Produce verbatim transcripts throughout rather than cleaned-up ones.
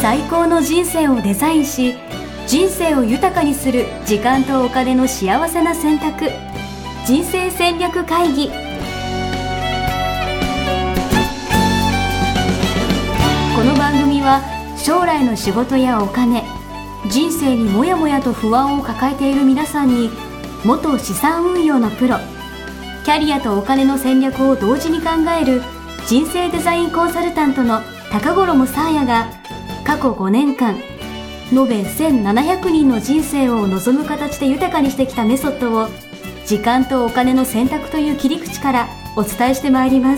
最高の人生をデザインし、人生を豊かにする時間とお金の幸せな選択。人生戦略会議。この番組は将来の仕事やお金、人生にもやもやと不安を抱えている皆さんに、元資産運用のプロ、キャリアとお金の戦略を同時に考える人生デザインコンサルタントの高頃もさあやが、過去ごねんかん延べせんななひゃくにんの人生を望む形で豊かにしてきたメソッドを、時間とお金の選択という切り口からお伝えしてまいります。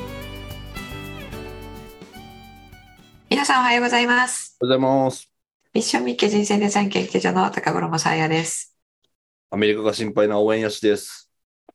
皆さんおはようございます。 おはようございます。 ミッションミッケ人生デザイン研究所の高頃もさあやです。 アメリカが心配な応援やしです。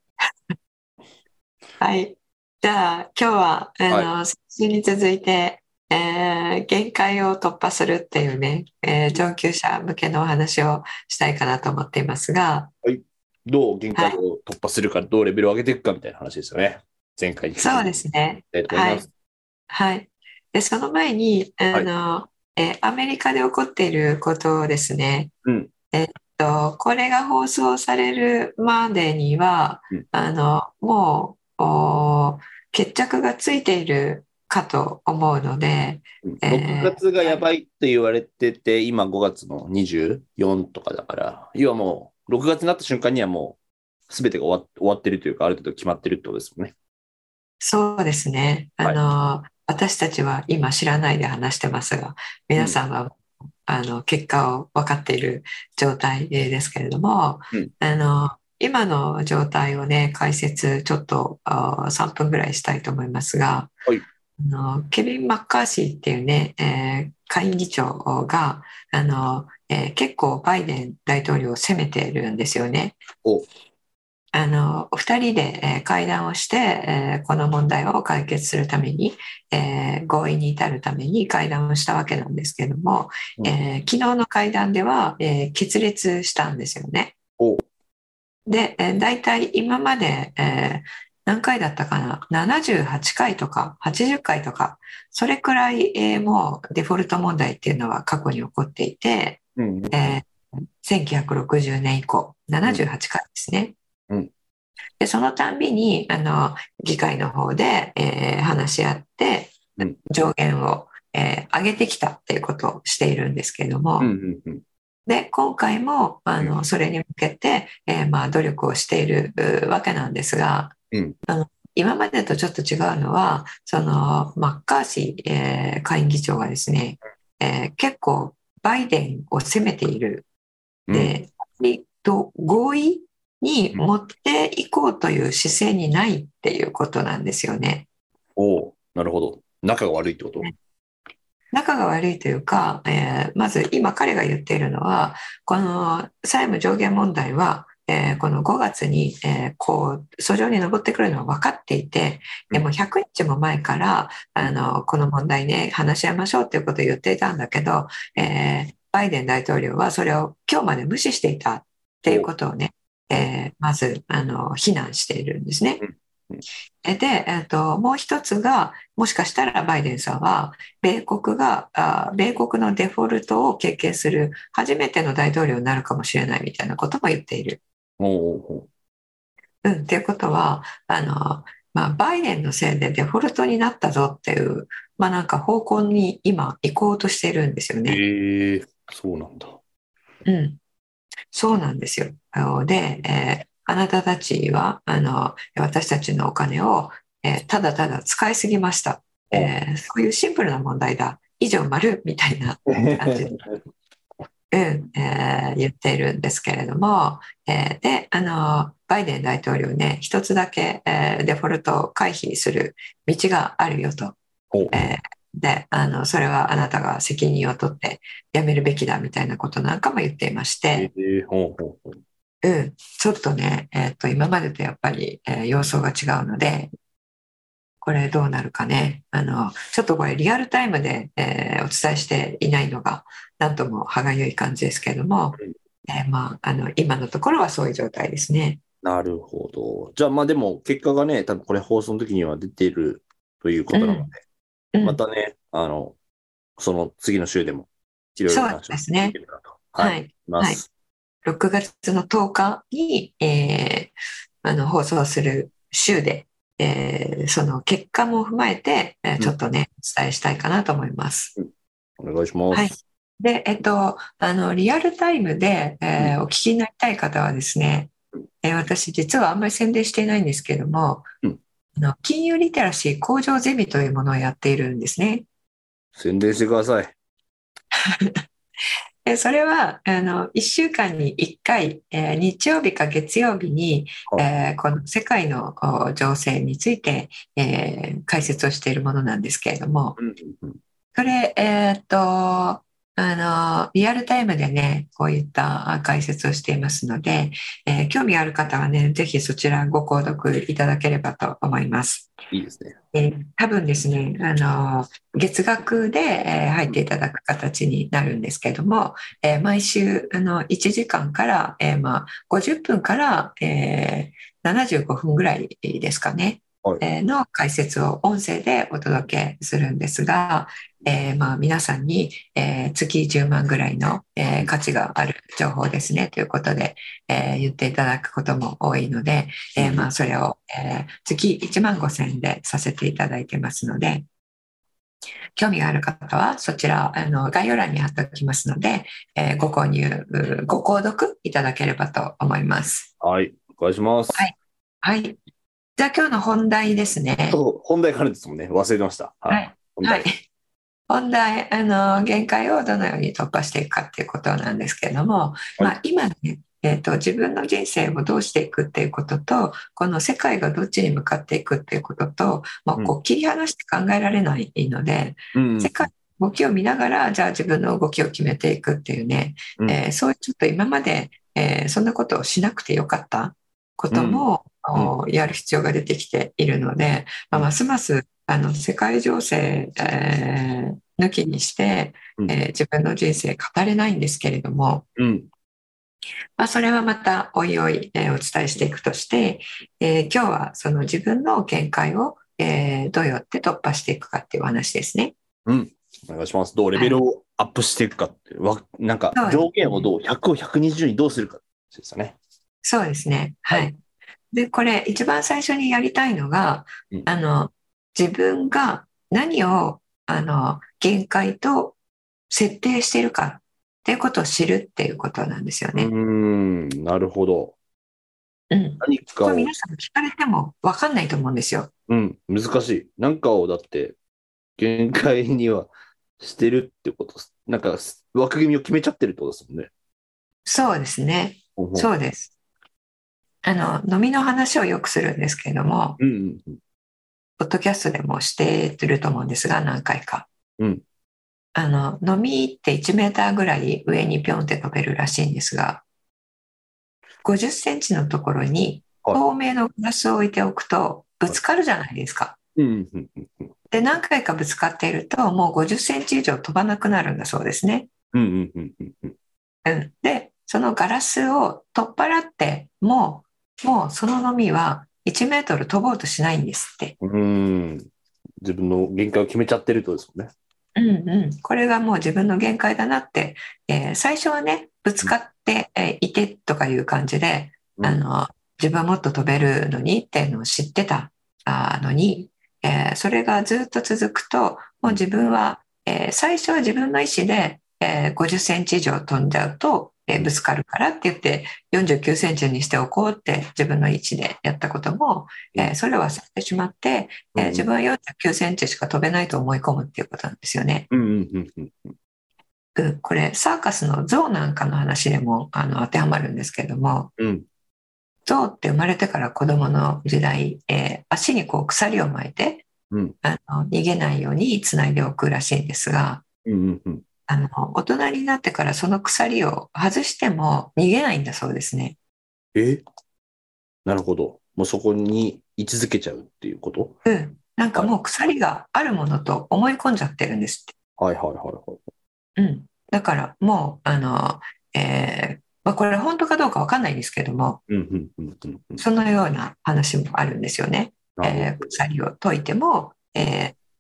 はい。じゃあ今日はあの、はい、先週に続いて、えー、限界を突破するっていうね、えー、上級者向けのお話をしたいかなと思っていますが、 はい。どう限界を突破するか、はい、どうレベルを上げていくかみたいな話ですよね。前回に。 そうですね。はい。はい。で、その前に、あの、はい、えー、アメリカで起こっていることをですね、 うん、 えっと、これが放送されるまでには、うん、あの、もう、決着がついているかと思うので、 うん、ろくがつがやばいって言われてて、今ごがつのにじゅうよっかとかだから、要はもう、ろくがつになった瞬間にはもう、すべてが終わ、終わってるというか、ある程度決まってるってことですよね。 そうですね。あの、はい、私たちは今知らないで話してますが、皆さんは、うん、あの結果を分かっている状態ですけれども、うん、あの今の状態をね、解説ちょっとさんぷんぐらいしたいと思いますが、 はい、 あのケビン・マッカーシーっていうね、えー、下院議長があの、えー、結構バイデン大統領を責めているんですよね。 おあのお二人で、えー、会談をして、えー、この問題を解決するために、えー、合意に至るために会談をしたわけなんですけども、うんえー、昨日の会談では、えー、決裂したんですよね。 おで、えー、大体今まで、えー、何回だったかな、ななじゅうはちかいとかはちじゅっかいとか、それくらい、えー、もうデフォルト問題っていうのは過去に起こっていて、うんえー、せんきゅうひゃくろくじゅうねん以降ななじゅうはちかいですね。 うん、 でそのたんびにあの議会の方で、えー、話し合って上限を、えー、上げてきたっていうことをしているんですけれども、 うんうんうん、 で今回もあのそれに向けて、えーまあ、努力をしているわけなんですが、 うん、 あの今までとちょっと違うのはそのマッカーシー、えー、下院議長がですね、えー、結構バイデンを責めている。で、うん、と合意に持っていこうという姿勢にないっていうことなんですよね。 おなるほど。仲が悪いってこと？ 仲が悪いというか、えー、まず今彼が言っているのは、この債務上限問題は、えー、このごがつに、えー、こう訴状に上ってくるのは分かっていて、でもひゃくにちも前からあのこの問題ね話し合いましょうっていうことを言っていたんだけど、えー、バイデン大統領はそれを今日まで無視していたっていうことをね、えー、まずあの非難しているんですね。で、えーと、もう一つがもしかしたらバイデンさんは米国があ米国のデフォルトを経験する初めての大統領になるかもしれないみたいなことも言っている。 おうん、っていうことはあの、まあ、バイデンのせいでデフォルトになったぞっていう、まあ、なんか方向に今行こうとしているんですよね。 へえー、そうなんだ。 うん、そうなんですよ。で、えーあなたたちはあの私たちのお金を、えー、ただただ使いすぎました、えー、そういうシンプルな問題だ以上丸みたいな感じで、うんえー、言っているんですけれども、えー、であのバイデン大統領ね一つだけ、えー、デフォルトを回避する道があるよと、えー、であのそれはあなたが責任を取ってやめるべきだみたいなことなんかも言っていまして、 えー、ほうほうほううん、ちょっとね、えーと、今までとやっぱり、えー、様相が違うので、これどうなるかね。あの、ちょっとこれリアルタイムで、えー、お伝えしていないのが、なんとも歯がゆい感じですけれども、えーまあ、あの、今のところはそういう状態ですね。 なるほど。じゃあ、まあでも、結果がね、多分これ放送の時には出ているということなので、 うんうん、 またね、あの、 その次の週でもいろいろそう話をですね。 できるかと。はい。 はい。はい。 ます。 ろくがつのとおかに、えーあの放送する週で、えーその結果も踏まえて、えーちょっとね、お伝えしたいかなと思います。 お願いしまはい。 す。 で、えっと、あの、リアルタイムで、えーうお聞きになりたい方はですね、えー私実はあんまり宣伝していないんですけれども、 うんあの金融リテラシー向上ゼミというものをやっているんですね。 宣伝してください。 でそれはあのいっしゅうかんにいっかい、えー日曜日か月曜日に、 はいえーこの世界のお情勢について、えー解説をしているものなんですけれども、 うんうんこれ、えーっと、あの、リアルタイムでね、こういったあ解説をしていますので、えー興味ある方はね、ぜひそちらご購読いただければと思います。 いいですね。 えー多分ですね、あの、月額で、えー入っていただく形になるんですけれども、えー毎週あのいちじかんから、えーまあ、ごじゅっぷんから、えーななじゅうごふんぐらいですかね、 はいえーの解説を音声でお届けするんですが、えーまあ、皆さんに、えー月じゅうまんぐらいの、えー価値がある情報ですねということで、えー言っていただくことも多いので、えーまあ、それを、えー月いちまんごせんえんでさせていただいてますので、興味がある方はそちらあの概要欄に貼っておきますので、えーご購入、うご購読いただければと思います。 はい。お願いします。 はいはい。じゃあ今日の本題ですね。 そう、本題からですもんね。忘れてました。はい。 はい。 本題はい。本題、あの、限界をどのように突破していくかっていうことなんですけれども、まあ今ね、えーと、自分の人生をどうしていくっていうことと、この世界がどっちに向かっていくっていうことと、まあ、こう切り離して考えられないので、 うん世界の動きを見ながら、じゃあ自分の動きを決めていくっていうね、 うんえーそういうちょっと今まで、えーそんなことをしなくてよかったことも、 うんおやる必要が出てきているので、まあ、ますますあの世界情勢、えー抜きにして、 うんえー自分の人生語れないんですけれども、 うんまあ、それはまたおいおい、えーお伝えしていくとして、えー今日はその自分の限界を、えーどうやって突破していくかっていうお話ですね。 うん。お願いします。どうレベルをアップしていくかっていう、わなんかそう条件をどう、ひゃくをひゃくにじゅうにどうするかですよね。 そうですね。は。 はいで、これ一番最初にやりたいのが、 うんあの、自分が何を、あの、限界と設定しているかっていうことを知るっていうことなんですようーね。 ん、なるほど。 うん。 何かを、 これ皆さん聞かれても分かんないと思うんですよ。 うん、難しい。何かをだって、限界にはしてるってことです。なんか、枠組みを決めちゃってるってことですもんね。 そうですね。 ほうほうそうです。あの、飲みの話をよくするんですけれども、 うんうんうん。 ポッドキャストでもしてると思うんですが、何回か。 うんあの、飲みっていちメーターぐらい上にピョンって飛べるらしいんですが、ごじゅっセンチのところにはい透明のグラスを置いておくとぶつかるじゃないですか。 うんうんうんうんで、何回かぶつかっていると、もうごじゅっセンチ以上飛ばなくなるんだそうですね。 うんうんうんうんうん。 うん、で、そのガラスを取っ払っても、もうその飲みはいちメートル飛ぼうとしないんですって。 うーん。自分の限界を決めちゃってるってことですもんね。 うんうん、これがもう自分の限界だなって、えー最初はね、ぶつかって、えーいてとかいう感じで、 うんあの自分はもっと飛べるのにっていうのを知ってたあのに、えーそれがずっと続くと、もう自分は、えー最初は自分の意思で、えーごじゅっセンチ以上飛んじゃうと、えーぶつかるからって言ってよんじゅうきゅうセンチにしておこうって自分の位置でやったことも、えーそれを忘れてしまって、えー自分はよんじゅうきゅうセンチしか飛べないと思い込むっていうことなんですよね。 うんうんうんうんうん、これサーカスの象なんかの話でもあの当てはまるんですけれども、 うん象って生まれてから子供の時代、えー足にこう鎖を巻いてうんあの逃げないようにつないでおくらしいんですが、 うんうんうん。 あの大人になってからその鎖を外しても逃げないんだそうですね。 えなるほど。もうそこに居続けちゃうっていうことうん、なんかもう鎖があるものと思い込んじゃってるんですって。 はいはいはいはい。 うん、だからもうあの、えーまあ、これ本当かどうかわかんないんですけども、 うんうんうんうんうん。 そのような話もあるんですよね。 なるほどえー鎖を解いても、えー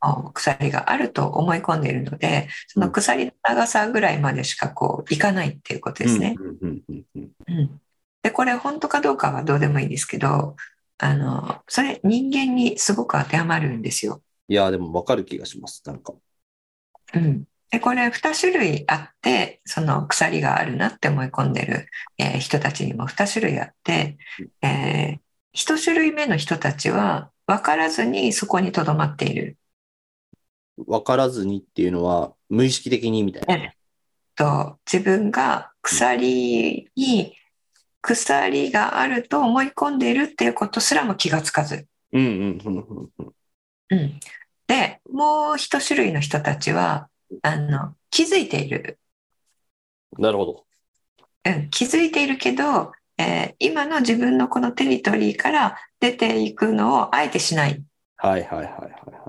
鎖があると思い込んでいるので、その鎖の長さぐらいまでしかこういかないっていうことですね。うんでこれ本当かどうかはどうでもいいですけど、あのそれ人間にすごく当てはまるんですよ。 いや、でも分かる気がします。なんか。 うん、でこれに種類あって、その鎖があるなって思い込んでる、えー人たちにもに種類あって、えー、いち種類目の人たちは分からずにそこにとどまっている。 分からずにっていうのは無意識的にみたいな。 えっと自分が鎖に鎖があると思い込んでいるっていうことすらも気がつかず。 うんうんうんうんうん。 うん、でもう一種類の人たちはあの気づいている、 なるほど。 うん、気づいているけど、えー今の自分のこのテリトリーから出ていくのをあえてしない。 はいはいはいはいはい。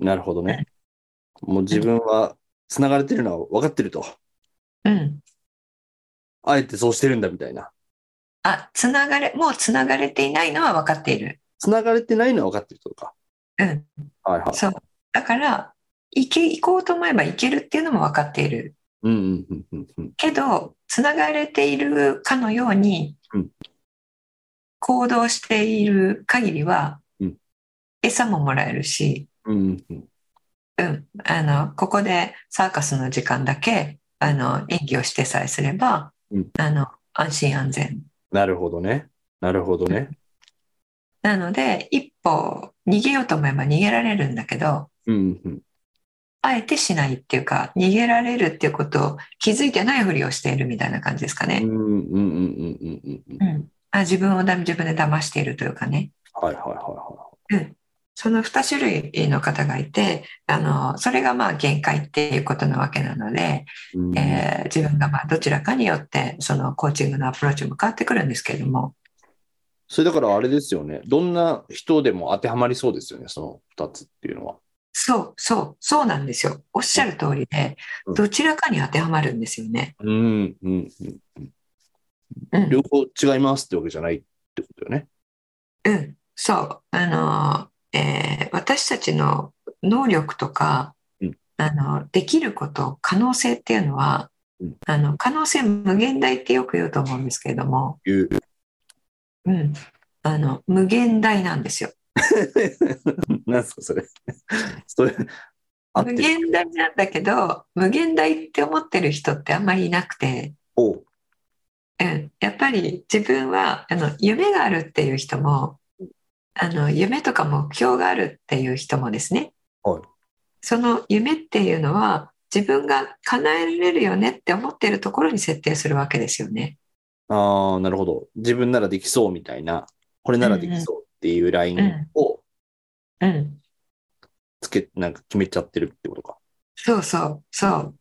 なるほどね。もう自分は繋がれてるのは分かってると。 うん、 あえてそうしてるんだみたいな。 あつながれもうつながれていないのは分かっている。 繋がれてないのは分かってるとか。 うん、 はいはい。 そうだから行け行こうと思えば行けるっていうのも分かっているうんうんうんうんうん。 けど、つながれているかのようにうん行動している限りは、 うん餌ももらえるし、 うんうん。 うん、あのここでサーカスの時間だけあの演技をしてさえすれば、 うんあの安心安全。 なるほどね。なるほどね。 なので一歩逃げようと思えば逃げられるんだけど、 うんうん。 あえてしないっていうか、逃げられるっていうことを気づいてないふりをしているみたいな感じですかね。 うんうんうんうんうんうん。 うん、あ自分をだ自分で騙しているというかね。 はいはいはいはうんそのに種類の方がいて、あのそれがまあ限界っていうことなわけなので、 い。うんえー自分がまあどちらかによってそのコーチングのアプローチも変わってくるんですけれども、 それだからあれですよね。どんな人でも当てはまりそうですよね。そのふたつっていうのは。 そうそうそうなんですよ。おっしゃる通りで、 うんどちらかに当てはまるんですよね。 うんうんうん。 うん両方違いますってわけじゃないってことよね。 うんそうあの、えー私たちの能力とか、 うんあのできること可能性っていうのは、 うんあの可能性無限大ってよく言うと思うんですけれども、 いう。 うん、あの無限大なんですよ。 なんすか、それ。それ、合って無る。 限大なんだけど、無限大って思ってる人ってあんまりいなくて、 おう。 うん、やっぱり自分はあの夢があるっていう人も、あの夢とか目標があるっていう人もですね、 はい。 その夢っていうのは自分が叶えられるよねって思ってるところに設定するわけですよね。 ああ、なるほど。自分ならできそうみたいな、これならできそうっていうラインをうん、 つけ、なんか決めちゃってるってことか。 そうそうそう。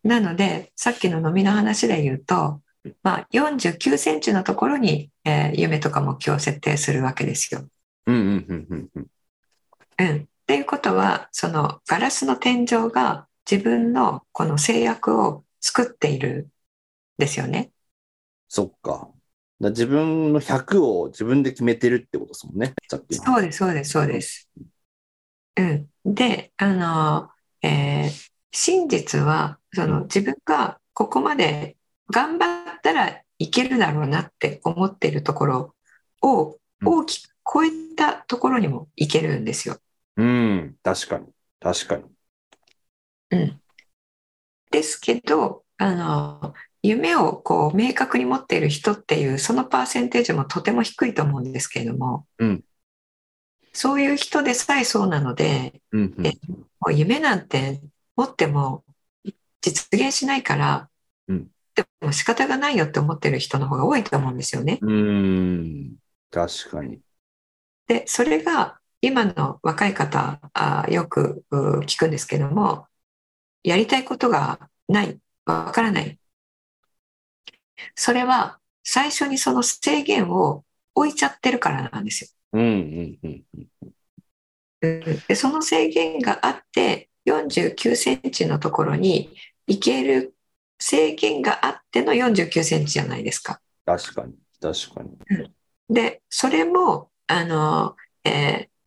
なのでさっきの飲みの話で言うと、まあ、よんじゅうきゅうセンチのところに、えー夢とか目標を設定するわけですよ。 うんうんうんうんうん。 うん、っていうことはそのガラスの天井が自分のこの制約を作っているんですよね。 そっか。だ自分のひゃくを自分で決めてるってことですもんね。さっきの。 そうですそうですそうです。うん、であの、えー真実はその自分がここまで頑張ったらいけるだろうなって思っているところを大きく超えたところにもいけるんですよ。 うん、確かに。確かに。 うんですけど、あの夢をこう明確に持っている人っていうそのパーセンテージもとても低いと思うんですけれども、 うん。 そういう人でさえそうなので、 うんうんえもう夢なんて持っても実現しないから、 うんでも仕方がないよって思ってる人の方が多いと思うんですよね。 うーん。確かに。 で、それが今の若い方、あよくう聞くんですけども、やりたいことがない、わからない。それは最初にその制限を置いちゃってるからなんですよ。 うんうんうんうん。 うんで、その制限があって、よんじゅうきゅうセンチのところに行ける制限があってのよんじゅうきゅうセンチじゃないですか。 確かに。確かに。 で、それも、あの、えー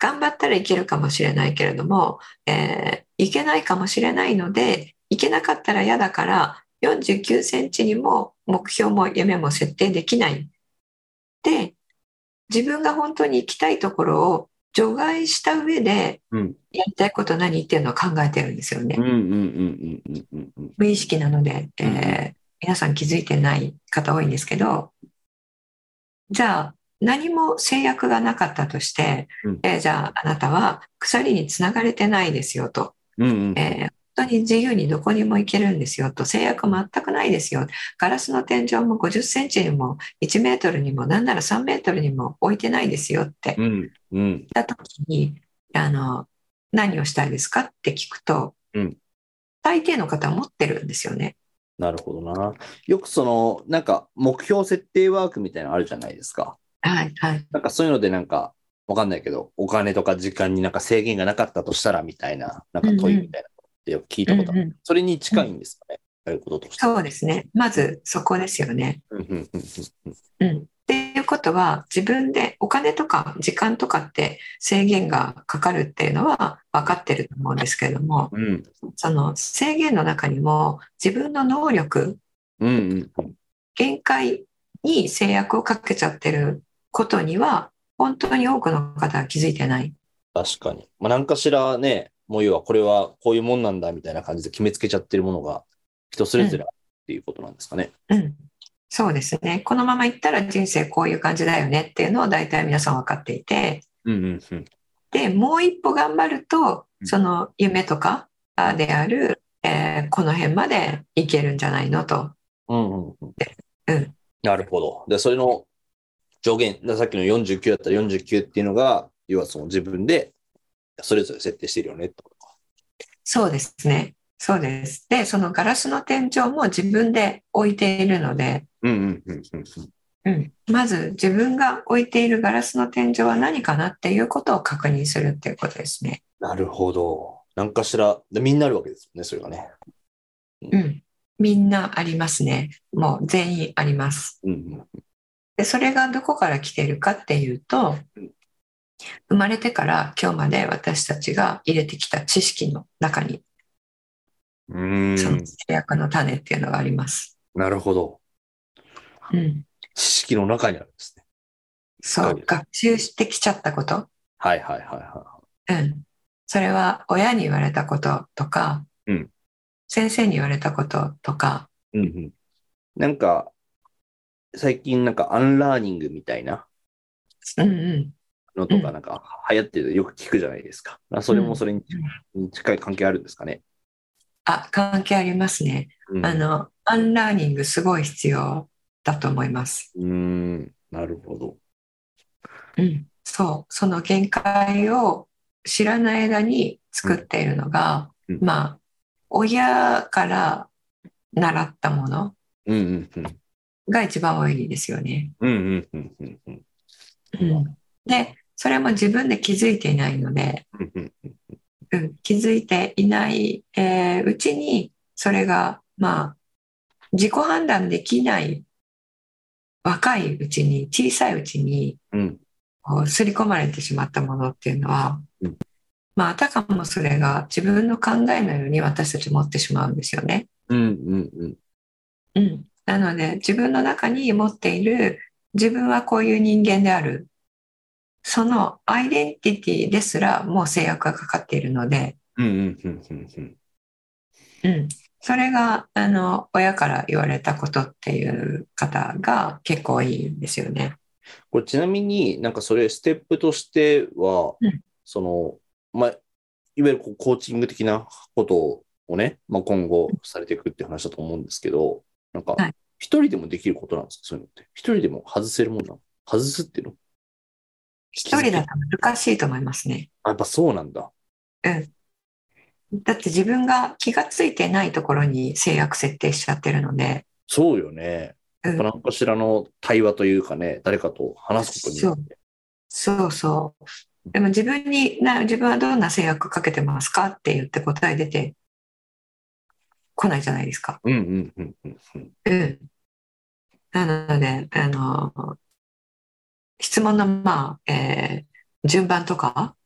頑張ったらいけるかもしれないけれども、えーいけないかもしれないので、いけなかったら嫌だからよんじゅうきゅうセンチにも目標も夢も設定できない。で、自分が本当に行きたいところを除外した上で、 うんやりたいこと何っていうのを考えてるんですよね。 うんうんうんうんうんうんうん。 無意識なので、えーうんうん皆さん気づいてない方多いんですけど、じゃあ何も制約がなかったとして、 うんえーじゃああなたは鎖につながれてないですよと、 うんうんえー本当に自由にどこにも行けるんですよと、制約全くないですよ、ガラスの天井もごじゅっセンチにもいちメートルにもなんならさんメートルにも置いてないですよってうんうん言った時に、あの何をしたいですかって聞くと、 うん大抵の方は持ってるんですよね。 なるほどな。よくその、なんか目標設定ワークみたいなのあるじゃないですか。 はいはいなんかそういうのでなんか、わかんないけど、お金とか時間になんか制限がなかったとしたらみたいな、なんか問いみたいなのってよく聞いたことある。 うんうんそれに近いんですかね、やることとして。 そうですね。まずそこですよね。 うんうんうんうんうん。っていうことは、自分でお金とか時間とかって制限がかかるっていうのは分かってると思うんですけれども、 うんその制限の中にも自分の能力、 うんうんうん限界に制約をかけちゃってることには、本当に多くの方は気づいてない。 確かに。まあ、何かしらね、もう要はこれはこういうもんなんだみたいな感じで決めつけちゃってるものが人それぞれあるっていうことなんですかね。 うん。そうですね。このままいったら人生こういう感じだよねっていうのを大体皆さん分かっていて、 うんうんうんで、もう一歩頑張ると、 うんその夢とかあである、えーこの辺までいけるんじゃないのと。 うんうんうんうん。 なるほど。で、それの上限、ださっきのよんじゅうきゅうだったらよんじゅうきゅうっていうのが、要はその自分でそれぞれ設定してるよねってことか。 そうですね。そうです。で、そのガラスの天井も自分で置いているので、 うんうんうんうんうん。 うん、まず自分が置いているガラスの天井は何かなっていうことを確認するっていうことですね。 なるほど。なんかしら、でみんなあるわけですよね、それがね。 うん。みんなありますね。もう全員あります。 うんうんで、それがどこから来ているかっていうと、生まれてから今日まで私たちが入れてきた知識の中に、 うーそのん。 制約の種っていうのがあります。 なるほど。 うん。 知識の中にあるんですね。 そう、学習してきちゃったこと。 はいはいはいはうん。それは親に言われたこととか、 うん先生に言われたこととか、 い。うんうん。なんか、最近なんかアンラーニングみたいなうんうん。 のとかなんか流行ってるのよく聞くじゃないですか。それもそれに近い関係あるんですかね。 あ、関係ありますね。 うん、 あの、アンラーニングすごい必要だと思います。 うーん、なるほど。 うん。そう、その限界を知らない間に作っているのが、 うんまあ、親から習ったものうんうんうん。 が一番多いですよね。 うんうんうんうんうん。 うん。で、それも自分で気づいていないので、 うんうんうん、気づいていない、えーうちに、それが、まあ、自己判断できない若いうちに、小さいうちに、 うんこう刷り込まれてしまったものっていうのは、 うんまあ、あたかもそれが自分の考えのように私たち持ってしまうんですよね。 うんうんうんうん。なので、自分の中に持っている、自分はこういう人間である。そのアイデンティティですらもう制約がかかっているので、 うんうんうんうんうんうん。それが、あの、親から言われたことっていう方が結構多いんですよね。 これちなみになんかそれステップとしては、 うんその、まあ、いわゆるこうコーチング的なことをね、まあ、今後されていくっていう話だと思うんですけど、なんかはい一人でもできることなんですか、そういうのって。一人でも外せるもんなの？外すっていうの？ 一人だと難しいと思いますね。 あ、やっぱそうなんだ。 うん。だって自分が気がついてないところに制約設定しちゃってるので、 そうよね。 うんやっぱ何かしらの対話というかね、誰かと話すことによって。 そうそう。でも自分にな、自分はどんな制約かけてますかって言って答え出てこないじゃないですか。 うんうんうんうんうん。 うん。なので、あの、質問の、まあ、えー順番とか、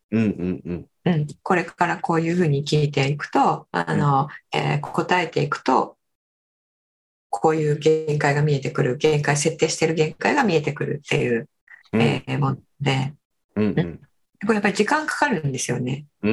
うんうんうん。 うん、これからこういうふうに聞いていくと、あの、えー答えていくと、こういう限界が見えてくる、限界、設定している限界が見えてくるっていう、 うんえーもので、うんうんうんこれやっぱり時間かかるんですよね。 うん。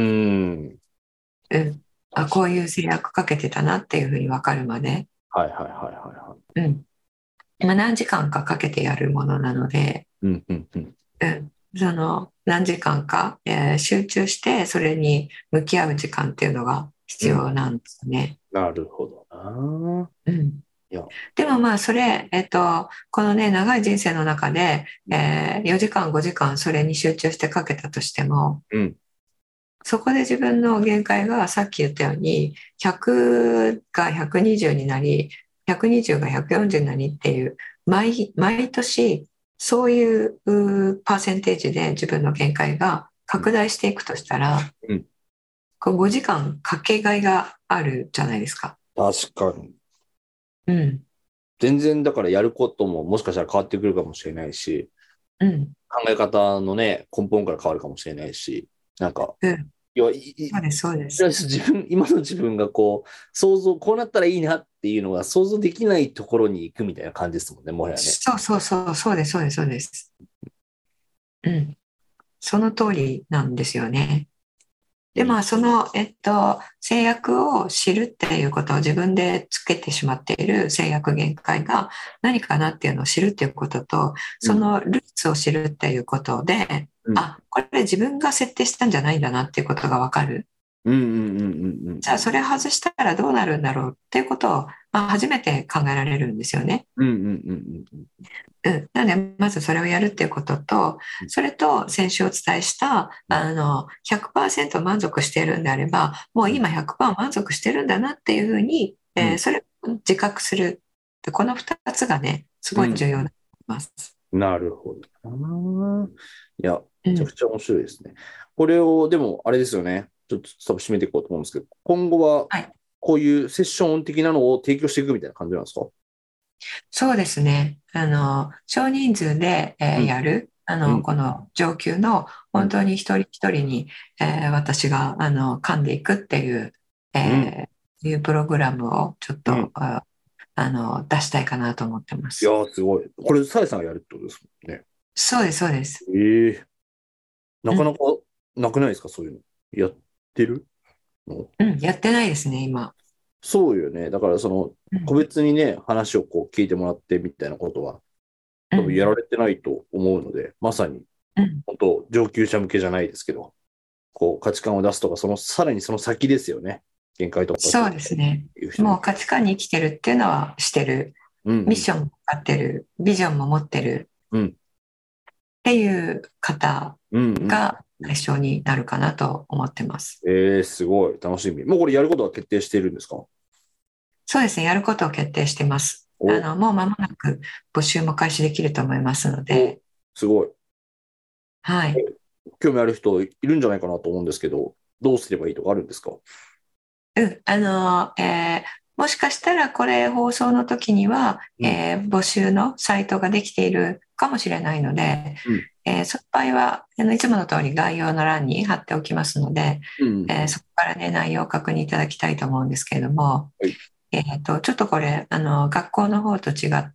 うん。あ、こういう制約かけてたなっていうふうに分かるまで。 はいはいはいはいはい。 うん。まあ、何時間かかけてやるものなので、 うんうんうん。 うん。その何時間か、えー集中してそれに向き合う時間っていうのが必要なんですね。 なるほどな。 うん。 いや、 でもまあそれ、えっと、このね、長い人生の中で、えーよじかん、ごじかんそれに集中してかけたとしても、 うんそこで自分の限界がさっき言ったように、ひゃくがひゃくにじゅうになり、ひゃくにじゅうがひゃくよんじゅうになりっていう、毎、毎年、そういううパーセンテージで自分の限界が拡大していくとしたら、 うんこうごじかんかけがいがあるじゃないですか。 確かに。 うん、 全然だからやることももしかしたら変わってくるかもしれないし、 うん、 考え方のね、根本から変わるかもしれないし、なんか、 うん。 いや、いいそうです、そうでとりあえす。 ず自分、今の自分がこう、想像、こうなったらいいなっていうのが想像できないところに行くみたいな感じですもんね、もはやね。 そうそうそう、そうです、そうです、そうです。うん、その通りなんですよね。で、 うんまあ、その、えっと、制約を知るっていうことを自分でつけてしまっている制約限界が何かなっていうのを知るっていうことと、そのルーツを知るっていうことで、 うん、 あ、これ自分が設定したんじゃないんだなっていうことがわかる。 うんうんうんうんうんじゃあ、それ外したらどうなるんだろうっていうことを、まあ、初めて考えられるんですよね。 うんうんうんうんうん、なので、まずそれをやるっていうことと、それと先週お伝えした、あの、ひゃくパーセント満足しているんであれば、もう今ひゃくパーセント満足してるんだなっていうふうに、 うん。 えーそれを自覚する。でこのふたつがね、すごい重要だと思います。 なるほどな。いや、 うん、 めちゃくちゃ面白いですね。これを、でも、あれですよね。ちょっと多分締めていこうと思うんですけど、今後ははい。 こういうセッション的なのを提供していくみたいな感じなんですか？ そうですね。あの、少人数で、えーうん、 やる、あの、 うん、 この上級のうん、 本当に一人一人に、えー私が、あの、噛んでいくっていう、 うん、 えーいうプログラムをちょっうん。 と、ああの、出したいかなと思ってます。 いやー、すごい。これ、さえさんがやるってことですもんね。 そうです、そうです。 ええ、なうん、 かなかなくないですか、そういうの。やってるの？ うん、やってないですね、今。 そうよね。だから、その、個うん、 別にね、話をこう聞いてもらってみたいなことは、多分やうん、 られてないと思うので、まさに、 うん。 本当、上級者向けじゃないですけど、こう、価値観を出すとか、その、さらにその先ですよね。限界突破しそうてですね。 いう人向け。 もう価値観に生きてるっていうのはしてる。 うんうん。 ミッションも持ってる。ビジョンも持ってるうん。 っていう方うんうんがうん。 対象になるかなと思ってます。 えー、すごい。楽しみ。もうこれやることは決定しているんですか？ そうですね。やることを決定してます。あお、 の、もう間もなく募集も開始できると思いますのお、 で、 すごい。 はい。 興味ある人いるんじゃないかなと思うんですけど、どうすればいいとかあるんですか？ うん、あの、えーもしかしたらこれ放送の時には、 うん。 えー募集のサイトができているかもしれないので、 うん。 えーその場合は、あのいつもの通り概要の欄に貼っておきますので、 うん。 えーそこからね、内容を確認いただきたいと思うんですけれども、 はい。 えーと、ちょっとこれ、あの、学校の方と違って、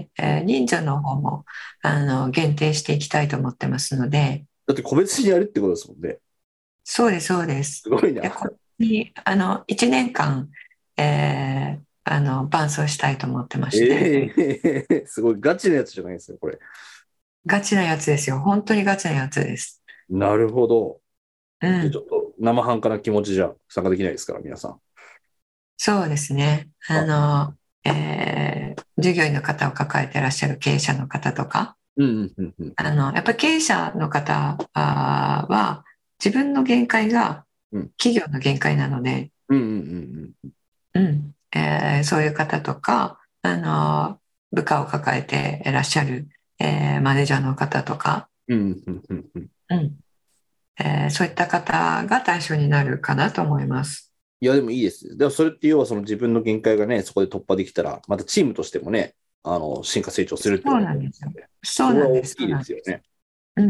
えー人数の方も、あの、限定していきたいと思ってますので、 だって個別にやるってことですもんね。 そうです、そうです。 すごいで、 な。 これに、あの、いちねんかん、えーあの、伴走したいと思ってまして、 ええー、すごい。ガチなやつじゃないですね、これ。 ガチなやつですよ。本当にガチなやつです。 なるほど。じゃあちうん。 ょっと生半可な気持ちじゃ参加できないですから、皆さん。 そうですね。ああ、 の、えー従業員の方を抱えていらっしゃる経営者の方とか、 うんうんうんうんあの、やっぱり経営者の方あーは、自分の限界がうん企業の限界なので、 うんうんうんうん、えーそういう方とか、あの、部下を抱えていらっしゃる、えーマネージャーの方とか、 うんうんうんうん。 うんえーそういった方が対象になるかなと思います。 いや、でもいいです。でもそれって要はその自分の限界がね、そこで突破できたら、またチームとしてもね、あの、進化成長するってそうことなんですよ。 で、 そうなんです。 それは大きいそうなんです。 ですよね。 うん。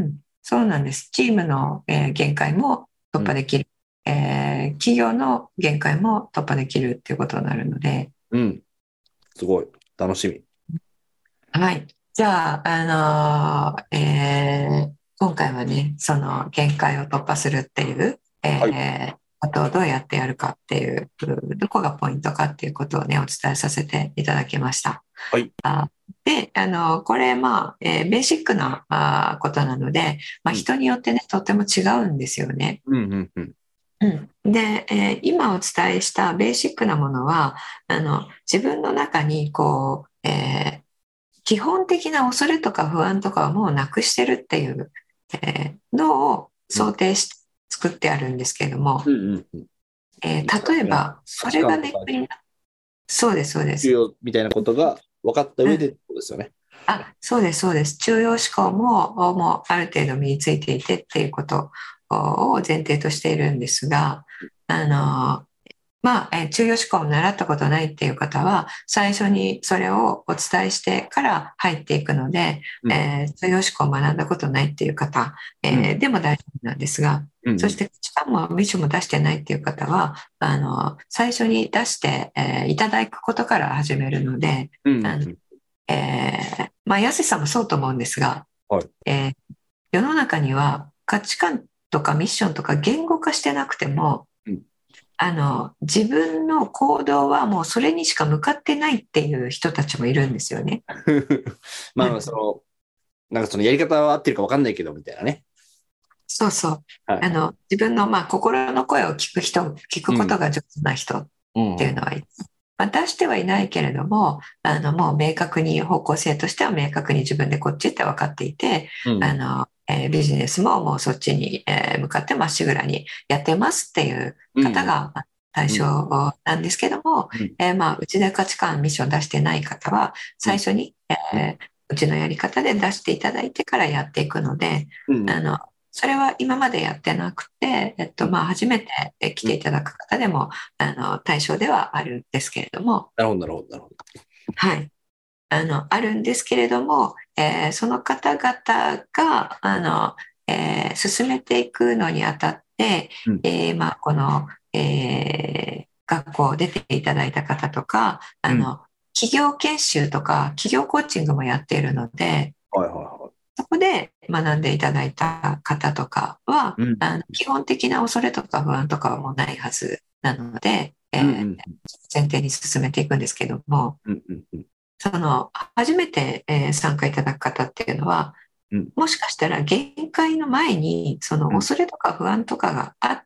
そうなんです。チームの、えー限界も突破できる、えー企業の限界も突破できるっていうことになるので、 うん。すごい。楽しみ。 はい。じゃあ、あのーえー今回はね、その限界を突破するっていう、 はい。 えーことをどうやってやるかっていう、どこがポイントかっていうことをね、お伝えさせていただきました。 はい。 あで、あの、これ、まあ、えーベーシックなあことなので、まあ、 うん。 人によってね、とても違うんですよね。 うん。うん。うん。 うん、で、えー今お伝えしたベーシックなものは、あの、自分の中に、こう、えー基本的な恐れとか不安とかはもうなくしてるっていう、えーのをうん。 想定して作ってあるんですけれども、 うん。うん。 えなんかそのー例えば、 価それが値観とかネックにな、そうです、そうです。 重要みたいなことが分かったうん。 上でってことですよね。 あ、そうです、そうです。中庸思考も、もうある程度身についていてっていうことを前提としているんですが、あの、まあ、えー中庸思考を習ったことないっていう方は、最初にそれをお伝えしてから入っていくので、 うん。 えー中庸思考を学んだことないっていう方、 うん。 えーでも大丈夫なんですが、 うん。うん。 そして価値観もビジョンも出してないっていう方は、あの、最初に出して、えーいただくことから始めるので、 うん。 あの、 うん。 えーまあ、やすしさんもそうと思うんですが、 はい。 えー世の中には価値観とかミッションとか言語化してなくても、 うん。 あの、自分の行動はもうそれにしか向かってないっていう人たちもいるんですよね。 まあ、その、なんかそのやり方は合ってるか分かんないけど、みたいなね。 そうそう。 はいはい。 あの、自分のまあ心の声を聞く人、聞くうん。 ことが上手な人っうんうん。 ていうのはいまあ、出してはいないけれども、あの、もう明確に方向性としては明確に自分でこっちって分かっていて、 うん。 あの、えービジネスももうそっちに、えー向かってまっしぐらにやってますっていううん。 方がまあ対うん。 象なんですけども、 うん。 えーまあ、うちで価値観、ミッション出してない方は、 うん。 最初に、 うん。 えーうちのやり方で出していただいてからやっていくので、 うん。 あの、それは今までやってなくて、えっと、 うん。 まあ、初めてえ来うん。 ていただく方でも、あの、対象ではあるんですけれども、 なるほど、なるほど、なるほど。 はい。あの、あるんですけれども、えーその方々が、あの、えー進めていくのにあたって、 うん。 えーまあ、この、えー学校を出ていただいた方とか、 うん。 あの、企業研修とか、企業コーチングもやっているので、 はいはいはい。 そこで学んでいただいた方とかは、 うん。 あの基本的な恐れとか不安とかはもうないはずなので、えうん。うーん。 前提に進めていくんですけども、 うん。うん。うん。 その、初めて、えー参加いただく方っていうのは、 うん。 もしかしたら限界の前に、そのうん。 恐れとか不安とかがあって、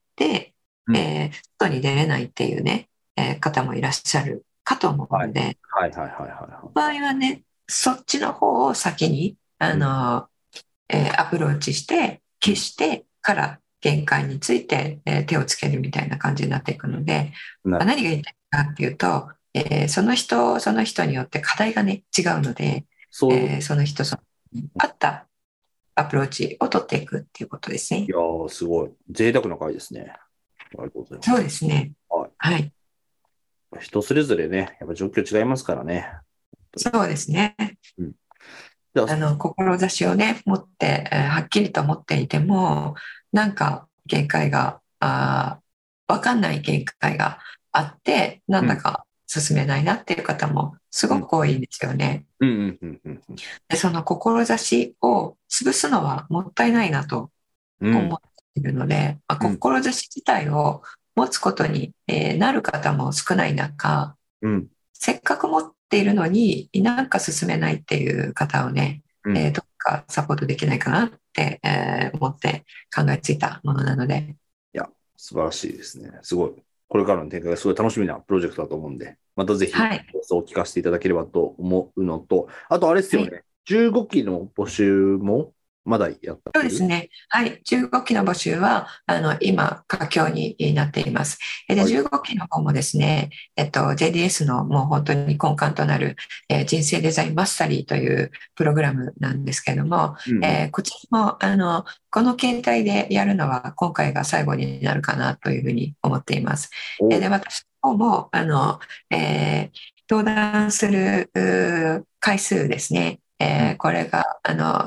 うん。 えー外に出れないっていうね、えー方もいらっしゃるかと思うはい。 ので、 はいはいはいは場合はね、そっちの方を先に、あい。うん。 の、えーアプローチして、 うん。 消してから限界について、えー手をつけるみたいな感じになっていくので、まあ、 なるほど。 何が言いたいかっていうと、えーその人その人によって課題がね、違うので、 そういうこと。 えーその人その合ったアプローチを取っていくっていうことですね。 いやー、すごい。贅沢な回ですね。ありがとうございまそうす。 ですね。 ははい。 い。人それぞれね、やっぱ状況違いますからね。本当に。 そうですね。 うん。じゃあ、 あの、志をね、持って、えーはっきりと持っていても、なんか限界が、あー、わかんない限界があって、なうん。 んだか進めないなっていう方もすうん。 ごく多いんですよね。 うん。うん。うん。うん。 で、その志を潰すのはもったいないなとうん。 思っているので、まあ、 うん。 志自体を持つことに、えーなる方も少ない中、 うん。 せっかく持っているのになんか進めないっていう方をね、 うん。 えーどっかサポートできないかなって、えー思って考えついたものなので、 いや、素晴らしいですね。すごい。これからの展開がすごい楽しみなプロジェクトだと思うんで、またぜひはい、 放送を聞かせていただければと思うのと、あとあれですはい、 よね、じゅうごきの募集もまだやってる？ そうですね。はい。じゅうごきの募集は、あの、今、佳境になっています。えで、 はい。 じゅうごきの方もですね、えっと、ジェーディーエス のもう本当に根幹となる、えー人生デザインマスタリーというプログラムなんですけれども、 うんうん。 えーこちらも、あの、この形態でやるのは今回が最後になるかなというふうに思っています。えーお、 で、私の方も、あの、えー登壇するうー回数ですね。 うん。 えーこれが、あの、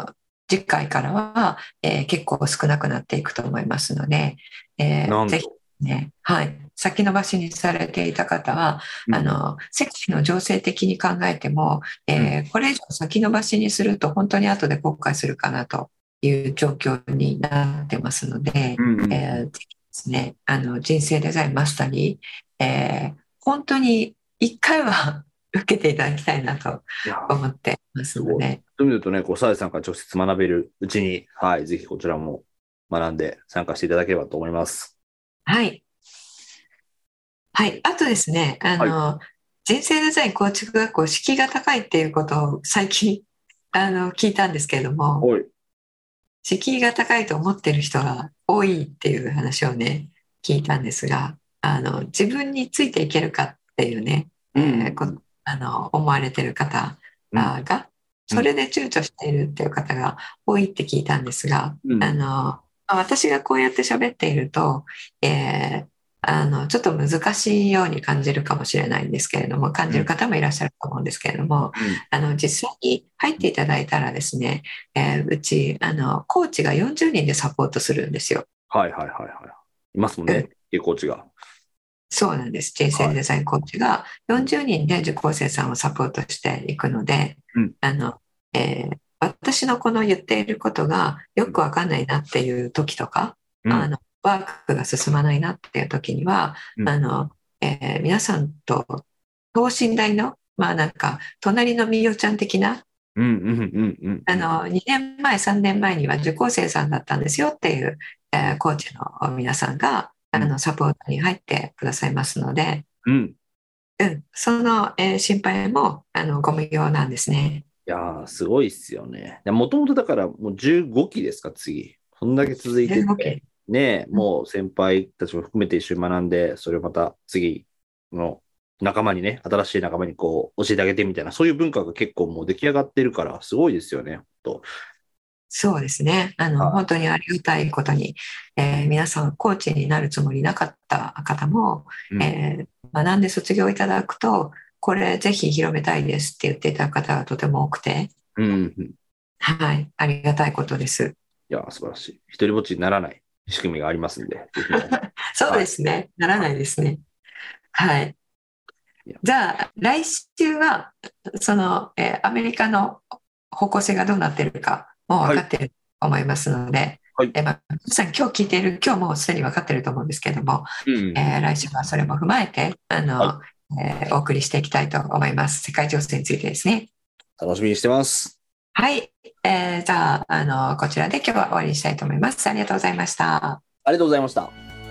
次回からは、えー結構少なくなっていくと思いますので、えーなんとぜひね、はい、先延ばしにされていた方は、 うんあの世界の情勢的に考えても、えーこれ以上先延ばしにすると本当に後で後悔するかなという状況になってますので、 うんうんえーぜひですね、あの人生デザインマスターに、えー本当に一回は受けていただきたいなといや思ってますので、 そういう意味だとね、こう、サイさんから直接学べるうちに、はい、ぜひこちらも学んで参加していただければと思います。 はい。はい。あとですね、あの、人生デザイン構築学校、敷居が高いっていうことを最近、あの、聞いたんですけれども、 はい。 敷居が高いと思ってる人が多いっていう話をね、聞いたんですが、あの、自分についていけるかっていうね、えーうんこあの、思われてる方あが、それで躊躇しているっていう方が多いって聞いたんですが、 うんあの、私がこうやって喋っていると、えーあの、ちょっと難しいように感じるかもしれないんですけれども、感じる方もいらっしゃると思うんですけれども、あの、実際に入っていただいたらですね、えーうち、あの、コーチがよんじゅうにんでサポートするんですよ。 はいはいはいはい。いますもんね、コーチが。 そうなんです。人生デザインコーチがよんじゅうにんで受講生さんをサポートしていくので、 うんあの、えー私のこの言っていることがよくわかんないなっていう時とか、 うんあの、ワークが進まないなっていう時には、 うんあの、えー皆さんと等身大の、まあなんか、隣のみよちゃん的な、 うんうんうんうん。 あの、にねんまえ、さんねんまえには受講生さんだったんですよっていう、えーコーチの皆さんが、あの、サポートに入ってくださいますので、 うん。 うん、その、えー心配も、あの、ご無用なんですね。 いやー、すごいっすよね。もともとだからもうじゅうごきですか、次。そんだけ続いてじゅうごて、 きねえ、もう先輩たちも含めて一緒に学んで、それをまた次の仲間にね、新しい仲間にこう教えてあげてみたいな、そういう文化が結構もう出来上がってるから、すごいですよね、ほんと。 そうですね。あの、 はい本当にありがたいことに、えー皆さんコーチになるつもりなかった方も、 うんえー学んで卒業いただくと、これぜひ広めたいですって言っていただく方がとても多くて、 うんうん。いはい、ありがたいことです。 やー、素晴らしい。一人ぼっちにならない仕組みがありますんで、ぜひそうですね。ならないですね。はいいや。 じゃあ、来週は、その、えーアメリカの方向性がどうなっているかもう分かっていると思いますので、 はいえーまあ、皆さん今日聞いている、今日もうすでに分かっていると思うんですけれども、 うんえー来週はそれも踏まえて、あの、 はえーお送りしていきたいと思います。世界情勢についてですね。 楽しみにしてます。 はい。えーじゃあ、あの、こちらで今日は終わりにしたいと思います。ありがとうございました。 ありがとうございました。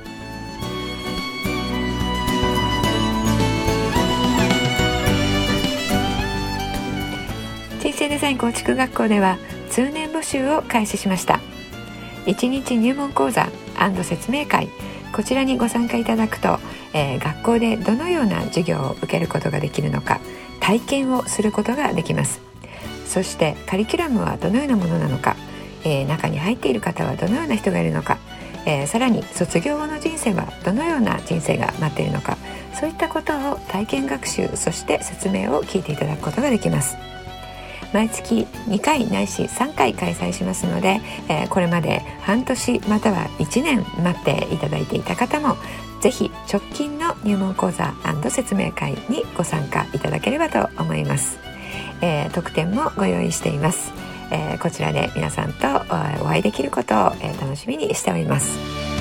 人生デザイン構築学校では通年募集を開始しました。いちにち入門講座&説明会、こちらにご参加いただくと、えー学校でどのような授業を受けることができるのか、体験をすることができます。そしてカリキュラムはどのようなものなのか、えー中に入っている方はどのような人がいるのか、えーさらに卒業後の人生はどのような人生が待っているのか、そういったことを体験学習、そして説明を聞いていただくことができます。毎月にかいないしさんかい開催しますので、えーこれまで半年またはいちねん待っていただいていた方も、ぜひ直近の入門講座&説明会にご参加いただければと思います。えー特典もご用意しています。えーこちらで皆さんとお会いできることを、えー楽しみにしております。